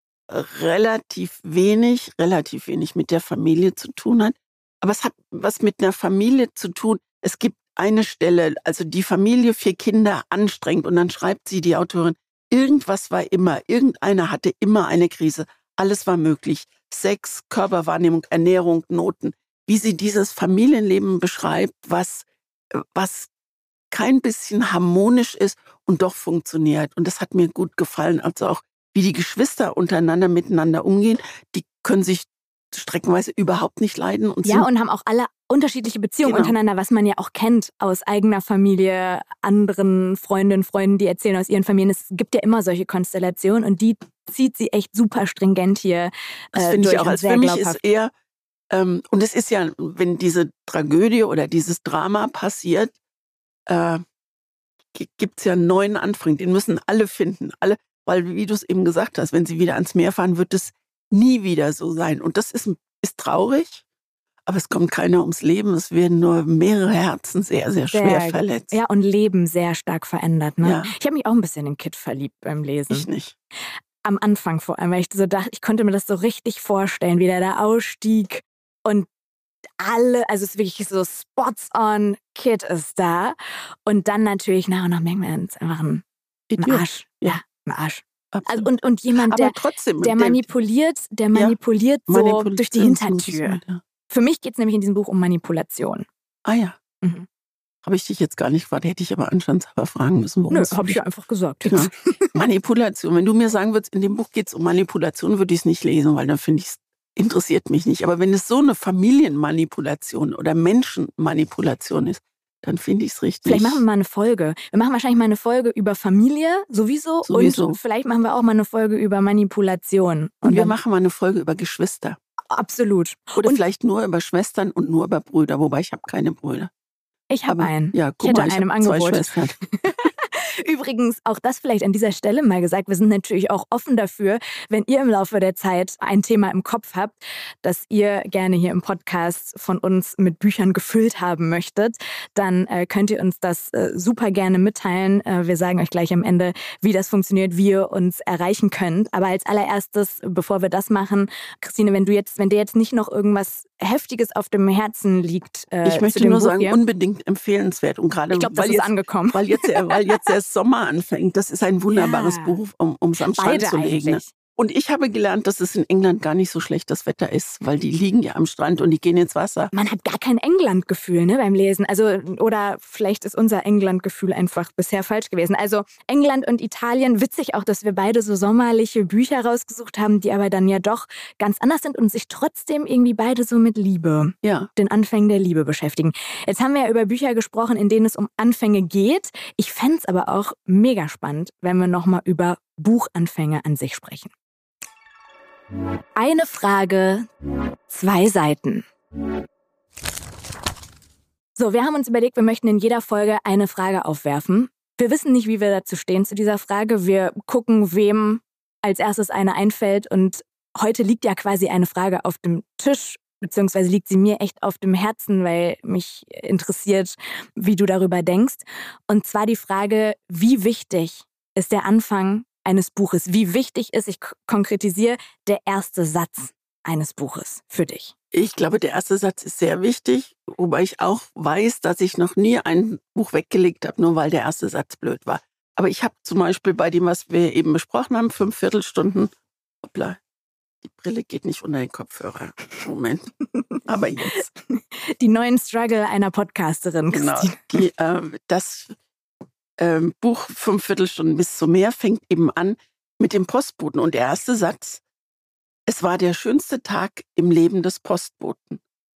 relativ wenig, relativ wenig mit der Familie zu tun hat. Aber es hat was mit einer Familie zu tun. Es gibt eine Stelle, also die Familie, vier Kinder, anstrengend. Und dann schreibt sie, die Autorin, irgendwas war immer, irgendeiner hatte immer eine Krise. Alles war möglich. Sex, Körperwahrnehmung, Ernährung, Noten. Wie sie dieses Familienleben beschreibt, was, was kein bisschen harmonisch ist und doch funktioniert. Und das hat mir gut gefallen. Also auch, wie die Geschwister untereinander miteinander umgehen. Die können sich streckenweise überhaupt nicht leiden. Und ja, und haben auch alle unterschiedliche Beziehungen genau. untereinander, was man ja auch kennt aus eigener Familie, anderen Freundinnen, Freunden, die erzählen aus ihren Familien. Es gibt ja immer solche Konstellationen und die zieht sie echt super stringent hier äh, Das finde ich auch. als für mich ist eher, ähm, und es ist ja, wenn diese Tragödie oder dieses Drama passiert, äh, gibt es ja einen neuen Anfang. Den müssen alle finden. Alle, weil, wie du es eben gesagt hast, wenn sie wieder ans Meer fahren, wird es nie wieder so sein. Und das ist, ist traurig. Aber es kommt keiner ums Leben. Es werden nur mehrere Herzen sehr, sehr schwer sehr, verletzt. Ja, und Leben sehr stark verändert. Ne? Ja. Ich habe mich auch ein bisschen in Kid verliebt beim Lesen. Ich nicht. Am Anfang vor allem, weil ich so dachte, ich konnte mir das so richtig vorstellen, wie der da ausstieg und alle, also es ist wirklich so spots on, Kid ist da. Und dann natürlich nach und nach merkt man, es ist einfach ein, ein Arsch. Ja, ein Arsch. Also und, und jemand, der, trotzdem, der manipuliert, der manipuliert ja, so durch die Hintertür. Ja. Für mich geht es nämlich in diesem Buch um Manipulation. Ah ja. Mhm. Habe ich dich jetzt gar nicht gefragt, hätte ich aber anstandshalber fragen müssen. Nö, habe ich ja einfach gesagt. Genau. Manipulation. Wenn du mir sagen würdest, in dem Buch geht es um Manipulation, würde ich es nicht lesen, weil dann finde ich es interessiert mich nicht. Aber wenn es so eine Familienmanipulation oder Menschenmanipulation ist, dann finde ich es richtig. Vielleicht machen wir mal eine Folge. Wir machen wahrscheinlich mal eine Folge über Familie, sowieso. sowieso. Und vielleicht machen wir auch mal eine Folge über Manipulation. Und, und wir machen mal eine Folge über Geschwister. Absolut. Oder und vielleicht nur über Schwestern und nur über Brüder, wobei ich habe keine Brüder. Ich habe einen. Ja, guck ich hätte mal, ich einen im Angebot. Zwei Schwestern. Übrigens, auch das vielleicht an dieser Stelle mal gesagt, wir sind natürlich auch offen dafür, wenn ihr im Laufe der Zeit ein Thema im Kopf habt, das ihr gerne hier im Podcast von uns mit Büchern gefüllt haben möchtet, dann äh, könnt ihr uns das äh, super gerne mitteilen. Äh, wir sagen euch gleich am Ende, wie das funktioniert, wie ihr uns erreichen könnt. Aber als allererstes, bevor wir das machen, Christine, wenn du jetzt, wenn dir jetzt nicht noch irgendwas Heftiges auf dem Herzen liegt, äh, ich möchte zu dem nur Buch sagen, hier, unbedingt empfehlenswert. Und gerade ich glaube, das weil ist jetzt, angekommen. Weil jetzt, weil jetzt der Sommer anfängt. Das ist ein wunderbares Ja. Buch, um es am Strand Beide zu legen. eigentlich. Und ich habe gelernt, dass es in England gar nicht so schlecht das Wetter ist, weil die liegen ja am Strand und die gehen ins Wasser. Man hat gar kein England-Gefühl, ne, beim Lesen. Also, oder vielleicht ist unser England-Gefühl einfach bisher falsch gewesen. Also England und Italien, witzig auch, dass wir beide so sommerliche Bücher rausgesucht haben, die aber dann ja doch ganz anders sind und sich trotzdem irgendwie beide so mit Liebe, ja. den Anfängen der Liebe beschäftigen. Jetzt haben wir ja über Bücher gesprochen, in denen es um Anfänge geht. Ich fände es aber auch mega spannend, wenn wir nochmal über Buchanfänge an sich sprechen. Eine Frage, zwei Seiten. So, wir haben uns überlegt, wir möchten in jeder Folge eine Frage aufwerfen. Wir wissen nicht, wie wir dazu stehen zu dieser Frage. Wir gucken, wem als erstes eine einfällt. Und heute liegt ja quasi eine Frage auf dem Tisch, beziehungsweise liegt sie mir echt auf dem Herzen, weil mich interessiert, wie du darüber denkst. Und zwar die Frage, wie wichtig ist der Anfang eines Buches? Wie wichtig ist, ich konkretisiere, der erste Satz eines Buches für dich? Ich glaube, der erste Satz ist sehr wichtig, wobei ich auch weiß, dass ich noch nie ein Buch weggelegt habe, nur weil der erste Satz blöd war. Aber ich habe zum Beispiel bei dem, was wir eben besprochen haben, fünf Viertelstunden, hoppla, die Brille geht nicht unter den Kopfhörer. Moment, aber jetzt. Die neuen Struggle einer Podcasterin, Genau, Christine. die, äh, das äh, Buch Fünf Viertelstunden bis zum Meer fängt eben an mit dem Postboten. Und der erste Satz: Es war der schönste Tag im Leben des Postboten.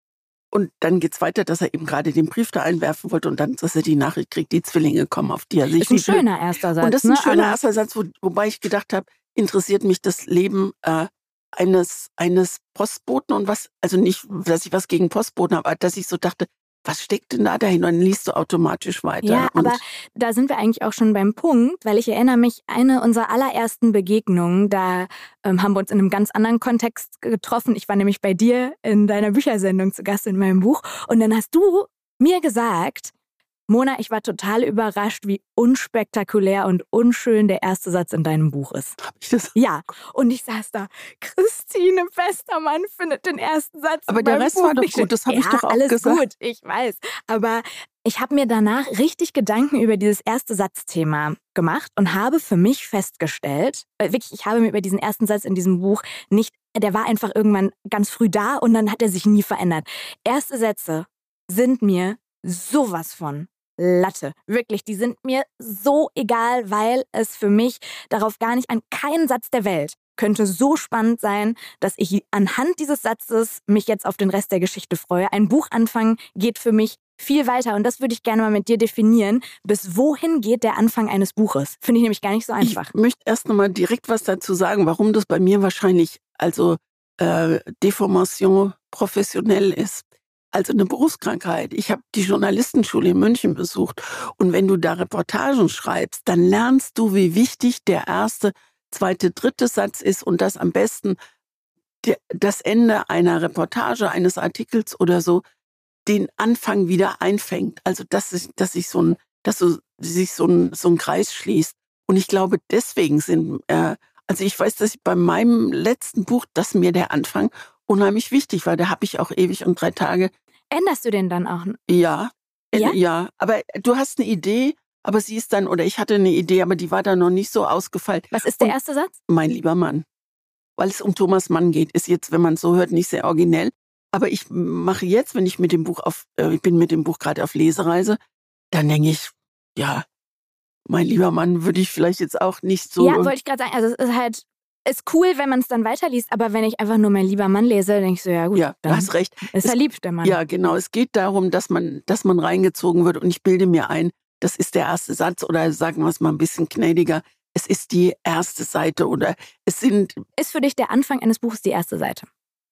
Und dann geht's weiter, dass er eben gerade den Brief da einwerfen wollte und dann, dass er die Nachricht kriegt, die Zwillinge kommen, auf die er sich... Das ist ein schöner erster Satz. Und das ist ein ne? schöner Aber erster Satz, wo, wobei ich gedacht habe, interessiert mich das Leben äh, eines, eines Postboten und was, also nicht, dass ich was gegen Postboten habe, aber dass ich so dachte, was steckt denn da dahin? Und dann liest du automatisch weiter. Ja, und aber da sind wir eigentlich auch schon beim Punkt, weil ich erinnere mich, eine unserer allerersten Begegnungen, da ähm, haben wir uns in einem ganz anderen Kontext getroffen. Ich war nämlich bei dir in deiner Büchersendung zu Gast in meinem Buch und dann hast du mir gesagt, Mona, ich war total überrascht, wie unspektakulär und unschön der erste Satz in deinem Buch ist. Hab ich das? Ja, und ich saß da, Christine Westermann findet den ersten Satz Aber in der meinem Rest Buch war doch nicht gut, das habe ja, ich doch auch alles gesagt. gut, ich weiß. Aber ich habe mir danach richtig Gedanken über dieses erste Satzthema gemacht und habe für mich festgestellt, äh, wirklich, ich habe mir über diesen ersten Satz in diesem Buch nicht, der war einfach irgendwann ganz früh da und dann hat er sich nie verändert. Erste Sätze sind mir sowas von Latte. Wirklich, die sind mir so egal, weil es für mich darauf gar nicht an keinen Satz der Welt könnte so spannend sein, dass ich anhand dieses Satzes mich jetzt auf den Rest der Geschichte freue. Ein Buchanfang geht für mich viel weiter und das würde ich gerne mal mit dir definieren. Bis wohin geht der Anfang eines Buches? Finde ich nämlich gar nicht so einfach. Ich möchte erst noch mal direkt was dazu sagen, warum das bei mir wahrscheinlich also äh, Deformation professionell ist. Also eine Berufskrankheit. Ich habe die Journalistenschule in München besucht und wenn du da Reportagen schreibst, dann lernst du, wie wichtig der erste, zweite, dritte Satz ist und das am besten der, das Ende einer Reportage, eines Artikels oder so, den Anfang wieder einfängt. Also dass, ich, dass, ich so ein, dass so, sich so ein, so ein Kreis schließt. Und ich glaube, deswegen sind, äh, also ich weiß, dass ich bei meinem letzten Buch, dass mir der Anfang unheimlich wichtig war. Da habe ich auch ewig und drei Tage. Änderst du den dann auch? Ja, äh, Ja? ja, aber du hast eine Idee, aber sie ist dann, oder ich hatte eine Idee, aber die war dann noch nicht so ausgefeilt. Was ist der Und erste Satz? mein lieber Mann, weil es um Thomas Mann geht, ist jetzt, wenn man es so hört, nicht sehr originell. Aber ich mache jetzt, wenn ich mit dem Buch auf, äh, ich bin mit dem Buch gerade auf Lesereise, dann denke ich, ja, mein lieber Mann würde ich vielleicht jetzt auch nicht so. Ja, wollte ich gerade sagen, also es ist halt, ist cool, wenn man es dann weiterliest, aber wenn ich einfach nur mein lieber Mann lese, denke ich so, ja gut, Ja, du dann hast recht. ist Es- er lieb, der Mann. Ja, genau. Es geht darum, dass man, dass man reingezogen wird. Und ich bilde mir ein, das ist der erste Satz oder sagen wir es mal ein bisschen gnädiger. Es ist die erste Seite oder es sind, Ist für dich der Anfang eines Buches die erste Seite?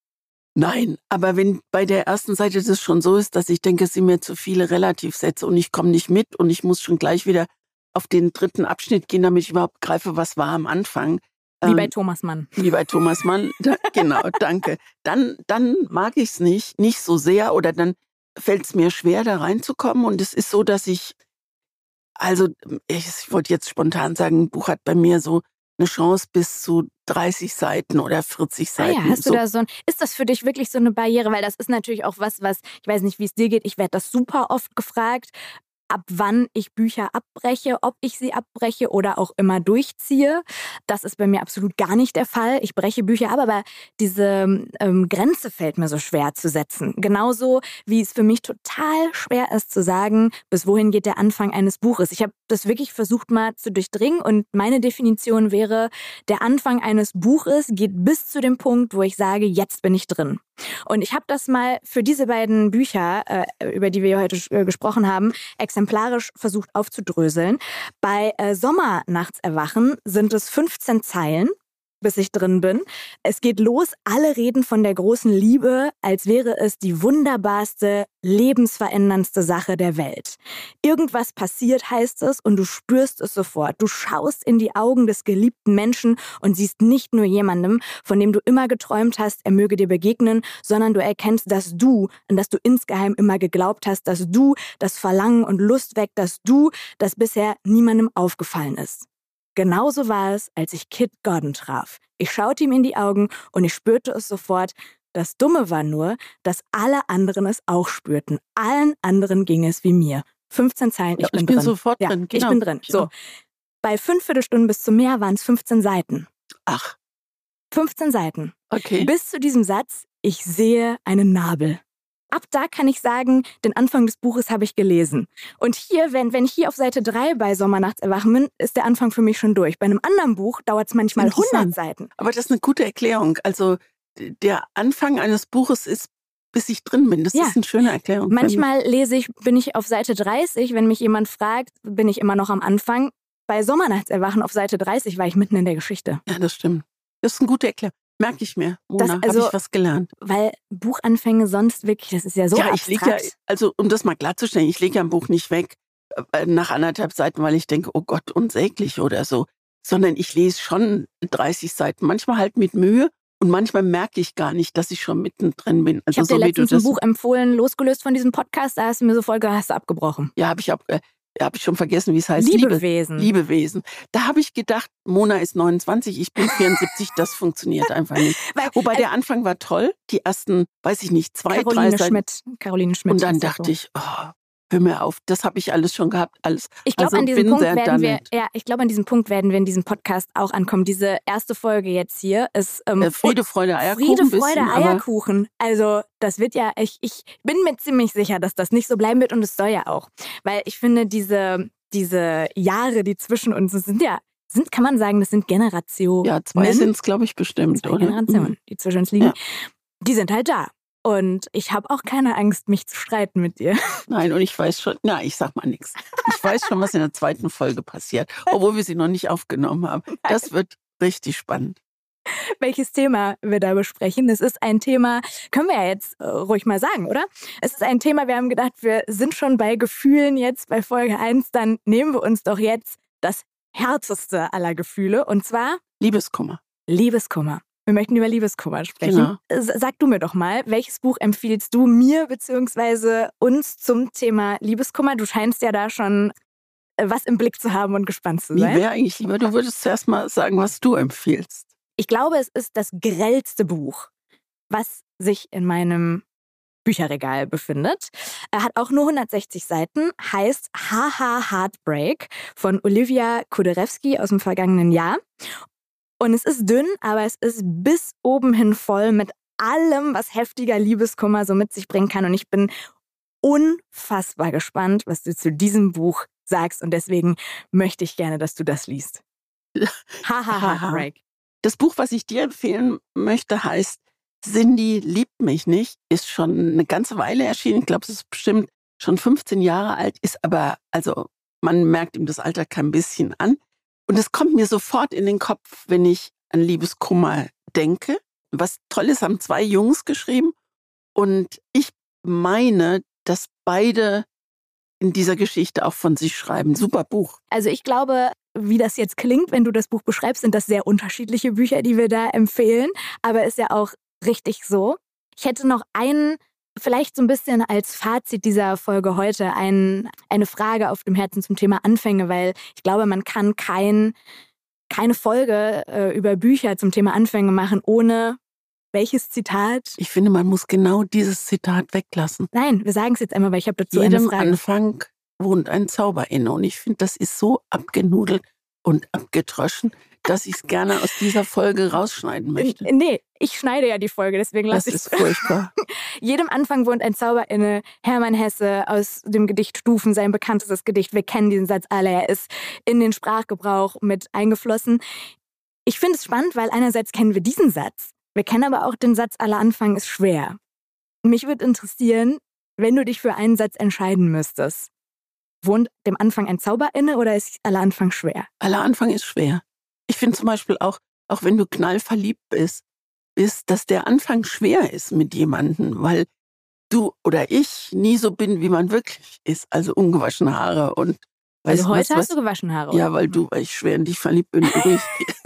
nein, aber wenn bei der ersten Seite das schon so ist, dass ich denke, es sind mir zu viele Relativsätze und ich komme nicht mit und ich muss schon gleich wieder auf den dritten Abschnitt gehen, damit ich überhaupt greife, was war am Anfang. Wie Ähm, bei Thomas Mann. Wie bei Thomas Mann, da, genau, danke. Dann, dann mag ich es nicht, nicht so sehr oder dann fällt es mir schwer, da reinzukommen. Und es ist so, dass ich, also ich, ich wollte jetzt spontan sagen, ein Buch hat bei mir so eine Chance bis zu dreißig Seiten oder vierzig Ah Seiten. ja, hast du so. da so ein, ist das für dich wirklich so eine Barriere? Weil das ist natürlich auch was, was, ich weiß nicht, wie es dir geht, ich werde das super oft gefragt, ab wann ich Bücher abbreche, ob ich sie abbreche oder auch immer durchziehe. Das ist bei mir absolut gar nicht der Fall. Ich breche Bücher ab, aber diese ähm, Grenze fällt mir so schwer zu setzen. Genauso wie es für mich total schwer ist zu sagen, bis wohin geht der Anfang eines Buches. Ich habe das wirklich versucht mal zu durchdringen und meine Definition wäre, der Anfang eines Buches geht bis zu dem Punkt, wo ich sage, jetzt bin ich drin. Und ich habe das mal für diese beiden Bücher, äh, über die wir heute äh, gesprochen haben, exemplarisch versucht aufzudröseln. Bei äh, Sommernachtserwachen sind es fünfzehn Zeilen. bis ich drin bin. Es geht los, alle reden von der großen Liebe, als wäre es die wunderbarste, lebensveränderndste Sache der Welt. Irgendwas passiert, heißt es, und du spürst es sofort. Du schaust in die Augen des geliebten Menschen und siehst nicht nur jemandem, von dem du immer geträumt hast, er möge dir begegnen, sondern du erkennst, dass du, an das du insgeheim immer geglaubt hast, dass du das Verlangen und Lust weckt, dass du, das bisher niemandem aufgefallen ist. Genauso war es, als ich Kit Gordon traf. Ich schaute ihm in die Augen und ich spürte es sofort. Das Dumme war nur, dass alle anderen es auch spürten. Allen anderen ging es wie mir. fünfzehn Zeilen, ich Ja, bin ich bin drin. sofort ja, drin. Ich Genau. bin drin. So. Ja. Bei fünf Viertelstunden bis zum Meer waren es fünfzehn Seiten. Ach, fünfzehn Seiten. okay. Bis zu diesem Satz, ich sehe einen Nabel. Ab da kann ich sagen, den Anfang des Buches habe ich gelesen. Und hier, wenn, wenn ich hier auf Seite drei bei Sommernachtserwachen bin, ist der Anfang für mich schon durch. Bei einem anderen Buch dauert es manchmal hundert Seiten. Aber das ist eine gute Erklärung. Also d- der Anfang eines Buches ist, bis ich drin bin. Das Ja. ist eine schöne Erklärung. für mich. Manchmal lese ich, bin ich auf Seite dreißig, wenn mich jemand fragt, bin ich immer noch am Anfang. Bei Sommernachtserwachen auf Seite dreißig war ich mitten in der Geschichte. Ja, das stimmt. Das ist eine gute Erklärung. Merke ich mir. Mona, Das- also- habe ich was gelernt. Weil Buchanfänge sonst wirklich, das ist ja so ja, ich lege ja, abstrakt. also um das mal klarzustellen, ich lege ja ein Buch nicht weg äh, nach anderthalb Seiten, weil ich denke, oh Gott, unsäglich oder so. Sondern ich lese schon dreißig Seiten, manchmal halt mit Mühe und manchmal merke ich gar nicht, dass ich schon mittendrin bin. Ich Also habe so dir wie du letztens ein das. Buch empfohlen, losgelöst von diesem Podcast, da hast du mir so voll hast du abgebrochen. Ja, habe ich, ab, äh, hab ich schon vergessen, wie es heißt. Liebewesen. Liebe, Liebewesen. Da habe ich gedacht, Mona ist neunundzwanzig, ich bin vierundsiebzig, das funktioniert einfach nicht. Weil, Wobei äh, der Anfang war toll, die ersten, weiß ich nicht, zwei, Caroline drei Seiten. Schmidt. Caroline Schmidt. Und dann heißt das dachte so. ich, oh, hör mir auf, das habe ich alles schon gehabt, alles. Ich glaube, also an diesem bin Punkt sehr werden wir, done it. ja, ich glaube, an diesem Punkt werden wir in diesem Podcast auch ankommen. Diese erste Folge jetzt hier ist ähm, Äh, Friede, Freude, Eierkuchen. Friede, bisschen, Freude, aber Eierkuchen. Also das wird ja, ich, ich bin mir ziemlich sicher, dass das nicht so bleiben wird und es soll ja auch. Weil ich finde, diese, diese Jahre, die zwischen uns sind, ja, sind, kann man sagen, das sind Generationen. Ja, zwei sind es, glaube ich, bestimmt, Zwei oder? Generationen, die zwischen uns liegen. Ja. Die sind halt da. Und ich habe auch keine Angst, mich zu streiten mit dir. Nein, und ich weiß schon, na, ich sag mal nichts. Ich weiß schon, was in der zweiten Folge passiert, obwohl wir sie noch nicht aufgenommen haben. Das wird richtig spannend. Welches Thema wir da besprechen. Es ist ein Thema, können wir ja jetzt äh, ruhig mal sagen, oder? Es ist ein Thema, wir haben gedacht, wir sind schon bei Gefühlen jetzt bei Folge eins, dann nehmen wir uns doch jetzt das härteste aller Gefühle und zwar Liebeskummer. Liebeskummer. Wir möchten über Liebeskummer sprechen. Genau. S- Sag du mir doch mal, welches Buch empfiehlst du mir bzw. uns zum Thema Liebeskummer? Du scheinst ja da schon äh, was im Blick zu haben und gespannt zu Wie sein. wäre eigentlich lieber, du würdest zuerst mal sagen, was du empfiehlst. Ich glaube, es ist das grellste Buch, was sich in meinem Bücherregal befindet. Er hat auch nur hundertsechzig Seiten, heißt Haha Heartbreak von Olivia Kuderewski aus dem vergangenen Jahr. Und es ist dünn, aber es ist bis oben hin voll mit allem, was heftiger Liebeskummer so mit sich bringen kann. Und ich bin unfassbar gespannt, was du zu diesem Buch sagst. Und deswegen möchte ich gerne, dass du das liest. Haha Heartbreak. Das Buch, was ich dir empfehlen möchte, heißt Cindy liebt mich nicht, ist schon eine ganze Weile erschienen. Ich glaube, es ist bestimmt schon fünfzehn Jahre alt, ist aber, also man merkt ihm das Alter kein bisschen an. Und es kommt mir sofort in den Kopf, wenn ich an Liebeskummer denke. Was toll ist, haben zwei Jungs geschrieben. Und ich meine, dass beide in dieser Geschichte auch von sich schreiben. Super Buch. Also ich glaube, wie das jetzt klingt, wenn du das Buch beschreibst, sind das sehr unterschiedliche Bücher, die wir da empfehlen. Aber ist ja auch richtig so. Ich hätte noch einen, vielleicht so ein bisschen als Fazit dieser Folge heute, ein, eine Frage auf dem Herzen zum Thema Anfänge, weil ich glaube, man kann kein, keine Folge äh, über Bücher zum Thema Anfänge machen, ohne welches Zitat? Ich finde, man muss genau dieses Zitat weglassen. Nein, wir sagen es jetzt einmal, weil ich habe dazu Jedem eine Frage. Anfang wohnt ein Zauber inne. Und ich finde, das ist so abgenudelt und abgetroschen, dass ich es gerne aus dieser Folge rausschneiden möchte. N- Nee, ich schneide ja die Folge, deswegen Das lasse ich ist furchtbar. Jedem Anfang wohnt ein Zauber inne. Hermann Hesse aus dem Gedicht Stufen, sein bekanntestes Gedicht. Wir kennen diesen Satz alle. Er ist in den Sprachgebrauch mit eingeflossen. Ich finde es spannend, weil einerseits kennen wir diesen Satz. Wir kennen aber auch den Satz, aller Anfang ist schwer. Mich würde interessieren, wenn du dich für einen Satz entscheiden müsstest. Wohnt dem Anfang ein Zauber inne oder ist aller Anfang schwer? Aller Anfang ist schwer. Ich finde zum Beispiel auch, auch wenn du knallverliebt bist, ist, dass der Anfang schwer ist mit jemandem, weil du oder ich nie so bin, wie man wirklich ist. Also ungewaschene Haare und Also weißt, heute was, hast was, du gewaschene Haare. Ja, oder? weil du, weil ich schwer in dich verliebt bin. Übrigens.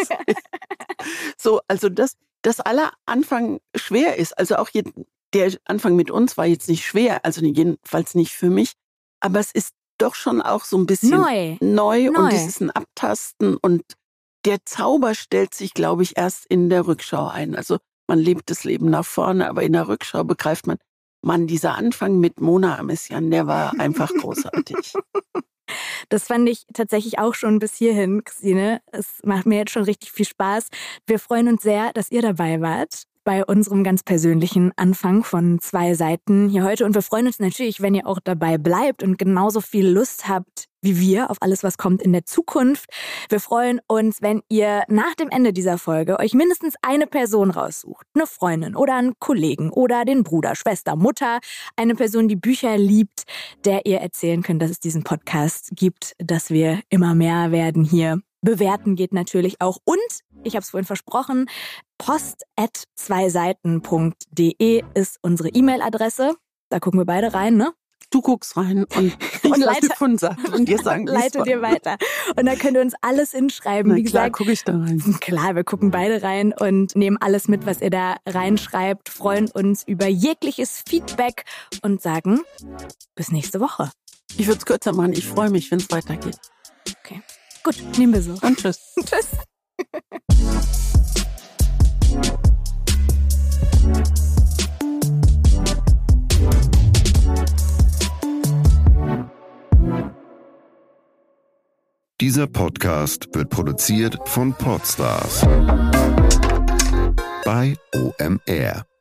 So, also das, dass aller Anfang schwer ist. Also auch jetzt, der Anfang mit uns war jetzt nicht schwer, also jedenfalls nicht für mich. Aber es ist doch schon auch so ein bisschen Neu. neu, Neu. und es ist ein Abtasten. Und der Zauber stellt sich, glaube ich, erst in der Rückschau ein. Also man lebt das Leben nach vorne, aber in der Rückschau begreift man, Mann, dieser Anfang mit Mona Amessian, der war einfach großartig. Das fand ich tatsächlich auch schon bis hierhin, Christine. Es macht mir jetzt schon richtig viel Spaß. Wir freuen uns sehr, dass ihr dabei wart bei unserem ganz persönlichen Anfang von zwei Seiten hier heute. Und wir freuen uns natürlich, wenn ihr auch dabei bleibt und genauso viel Lust habt wie wir auf alles, was kommt in der Zukunft. Wir freuen uns, wenn ihr nach dem Ende dieser Folge euch mindestens eine Person raussucht. Eine Freundin oder einen Kollegen oder den Bruder, Schwester, Mutter. Eine Person, die Bücher liebt, der ihr erzählen könnt, dass es diesen Podcast gibt, dass wir immer mehr werden hier. Bewerten geht natürlich auch. Und, ich habe es vorhin versprochen, post at zweiseiten punkt de ist unsere E-Mail-Adresse. Da gucken wir beide rein, ne? Du guckst rein und ich Und leite leite- von sagt und dir sagen, Leite dir weiter. Und dann könnt ihr uns alles hinschreiben. Na Wie klar, gesagt, gucke ich da rein. klar, wir gucken beide rein und nehmen alles mit, was ihr da reinschreibt, freuen uns über jegliches Feedback und sagen bis nächste Woche. Ich würde es kürzer machen. Ich freue mich, wenn es weitergeht. Okay, gut, nehmen wir so. Und tschüss. Tschüss. Dieser Podcast wird produziert von Podstars bei O M R.